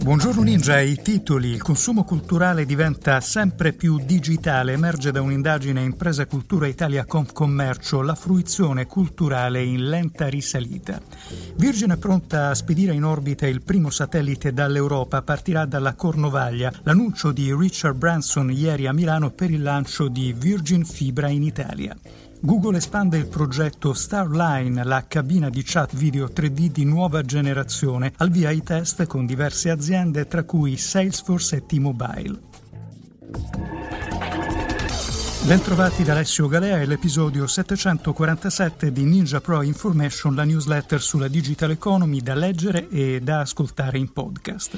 Buongiorno Ninja, i titoli. Il consumo culturale diventa sempre più digitale. Emerge da un'indagine Impresa Cultura Italia Confcommercio la fruizione culturale in lenta risalita. Virgin è pronta a spedire in orbita il primo satellite dall'Europa, partirà dalla Cornovaglia. L'annuncio di Richard Branson ieri a Milano per il lancio di Virgin Fibra in Italia. Google espande il progetto Starline, la cabina di chat video 3D di nuova generazione, al via i test con diverse aziende tra cui Salesforce e T-Mobile. Bentrovati da Alessio Galea e l'episodio 747 di Ninja Pro Information, la newsletter sulla digital economy da leggere e da ascoltare in podcast.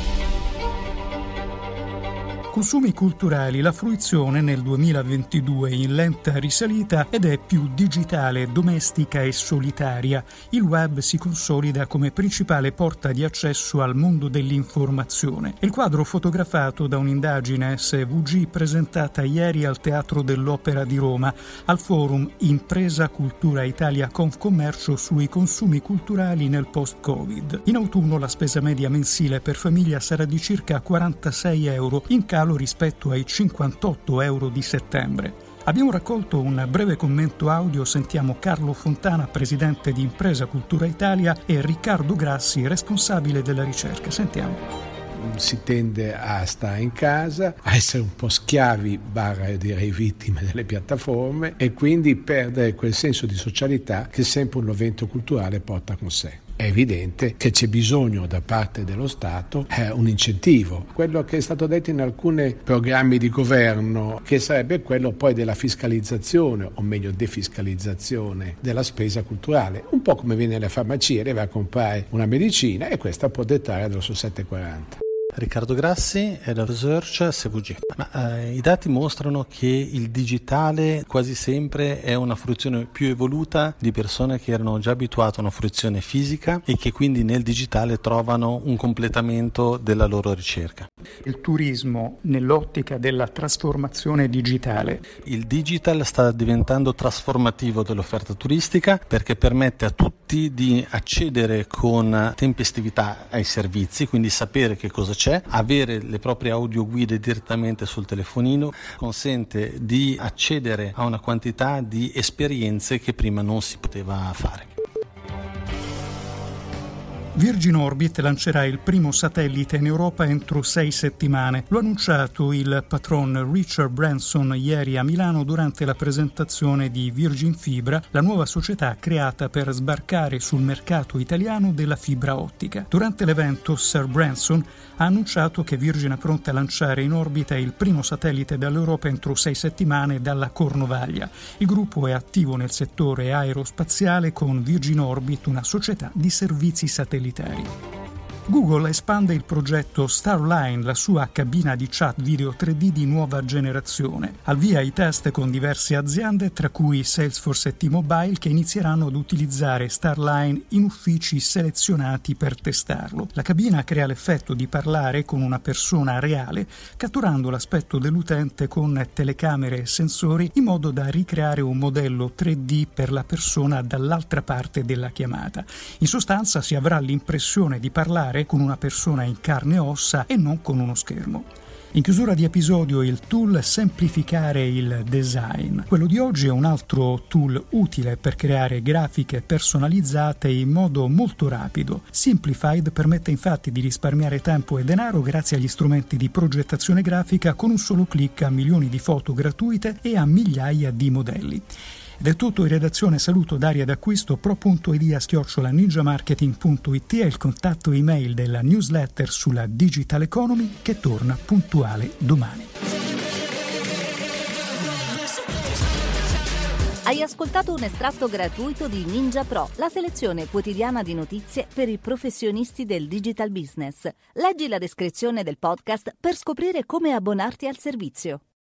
Consumi culturali, la fruizione nel 2022 in lenta risalita ed è più digitale, domestica e solitaria. Il web si consolida come principale porta di accesso al mondo dell'informazione. Il quadro fotografato da un'indagine SVG presentata ieri al Teatro dell'Opera di Roma al forum Impresa Cultura Italia Confcommercio sui consumi culturali nel post-Covid. In autunno la spesa media mensile per famiglia sarà di circa 46 euro, in calo rispetto ai 58 euro di settembre. Abbiamo raccolto un breve commento audio, sentiamo Carlo Fontana, presidente di Impresa Cultura Italia, e Riccardo Grassi, responsabile della ricerca. Sentiamo. Si tende a stare in casa, a essere un po' schiavi, direi vittime delle piattaforme, e quindi perdere quel senso di socialità che sempre un evento culturale porta con sé. È evidente che c'è bisogno da parte dello Stato un incentivo. Quello che è stato detto in alcuni programmi di governo, che sarebbe quello poi della fiscalizzazione, o meglio defiscalizzazione della spesa culturale. Un po' come viene alle farmacie, deve comprare una medicina e questa può dettare verso 7,40. Riccardo Grassi, Head of Research SVG. I dati mostrano che il digitale quasi sempre è una fruizione più evoluta di persone che erano già abituate a una fruizione fisica e che quindi nel digitale trovano un completamento della loro ricerca. Il turismo nell'ottica della trasformazione digitale. Il digital sta diventando trasformativo dell'offerta turistica perché permette a tutti di accedere con tempestività ai servizi, quindi sapere che cosa c'è, avere le proprie audioguide direttamente sul telefonino, consente di accedere a una quantità di esperienze che prima non si poteva fare. Virgin Orbit lancerà il primo satellite in Europa entro 6 settimane. Lo ha annunciato il patron Richard Branson ieri a Milano durante la presentazione di Virgin Fibra, la nuova società creata per sbarcare sul mercato italiano della fibra ottica. Durante l'evento Sir Branson ha annunciato che Virgin è pronta a lanciare in orbita il primo satellite dall'Europa entro 6 settimane dalla Cornovaglia. Il gruppo è attivo nel settore aerospaziale con Virgin Orbit, una società di servizi satellitari. Google espande il progetto Starline, la sua cabina di chat video 3D di nuova generazione. Al via i test con diverse aziende, tra cui Salesforce e T-Mobile, che inizieranno ad utilizzare Starline in uffici selezionati per testarlo. La cabina crea l'effetto di parlare con una persona reale, catturando l'aspetto dell'utente con telecamere e sensori in modo da ricreare un modello 3D per la persona dall'altra parte della chiamata. In sostanza si avrà l'impressione di parlare con una persona in carne e ossa e non con uno schermo. In chiusura di episodio il tool semplificare il design. Quello di oggi è un altro tool utile per creare grafiche personalizzate in modo molto rapido. Simplified permette infatti di risparmiare tempo e denaro grazie agli strumenti di progettazione grafica con un solo clic a milioni di foto gratuite e a migliaia di modelli. Ed è tutto in redazione, saluto Daria D'Acquisto, pro.idea@ninjamarketing.it è il contatto email della newsletter sulla digital economy che torna puntuale domani. Hai ascoltato un estratto gratuito di Ninja Pro, la selezione quotidiana di notizie per i professionisti del digital business. Leggi la descrizione del podcast per scoprire come abbonarti al servizio.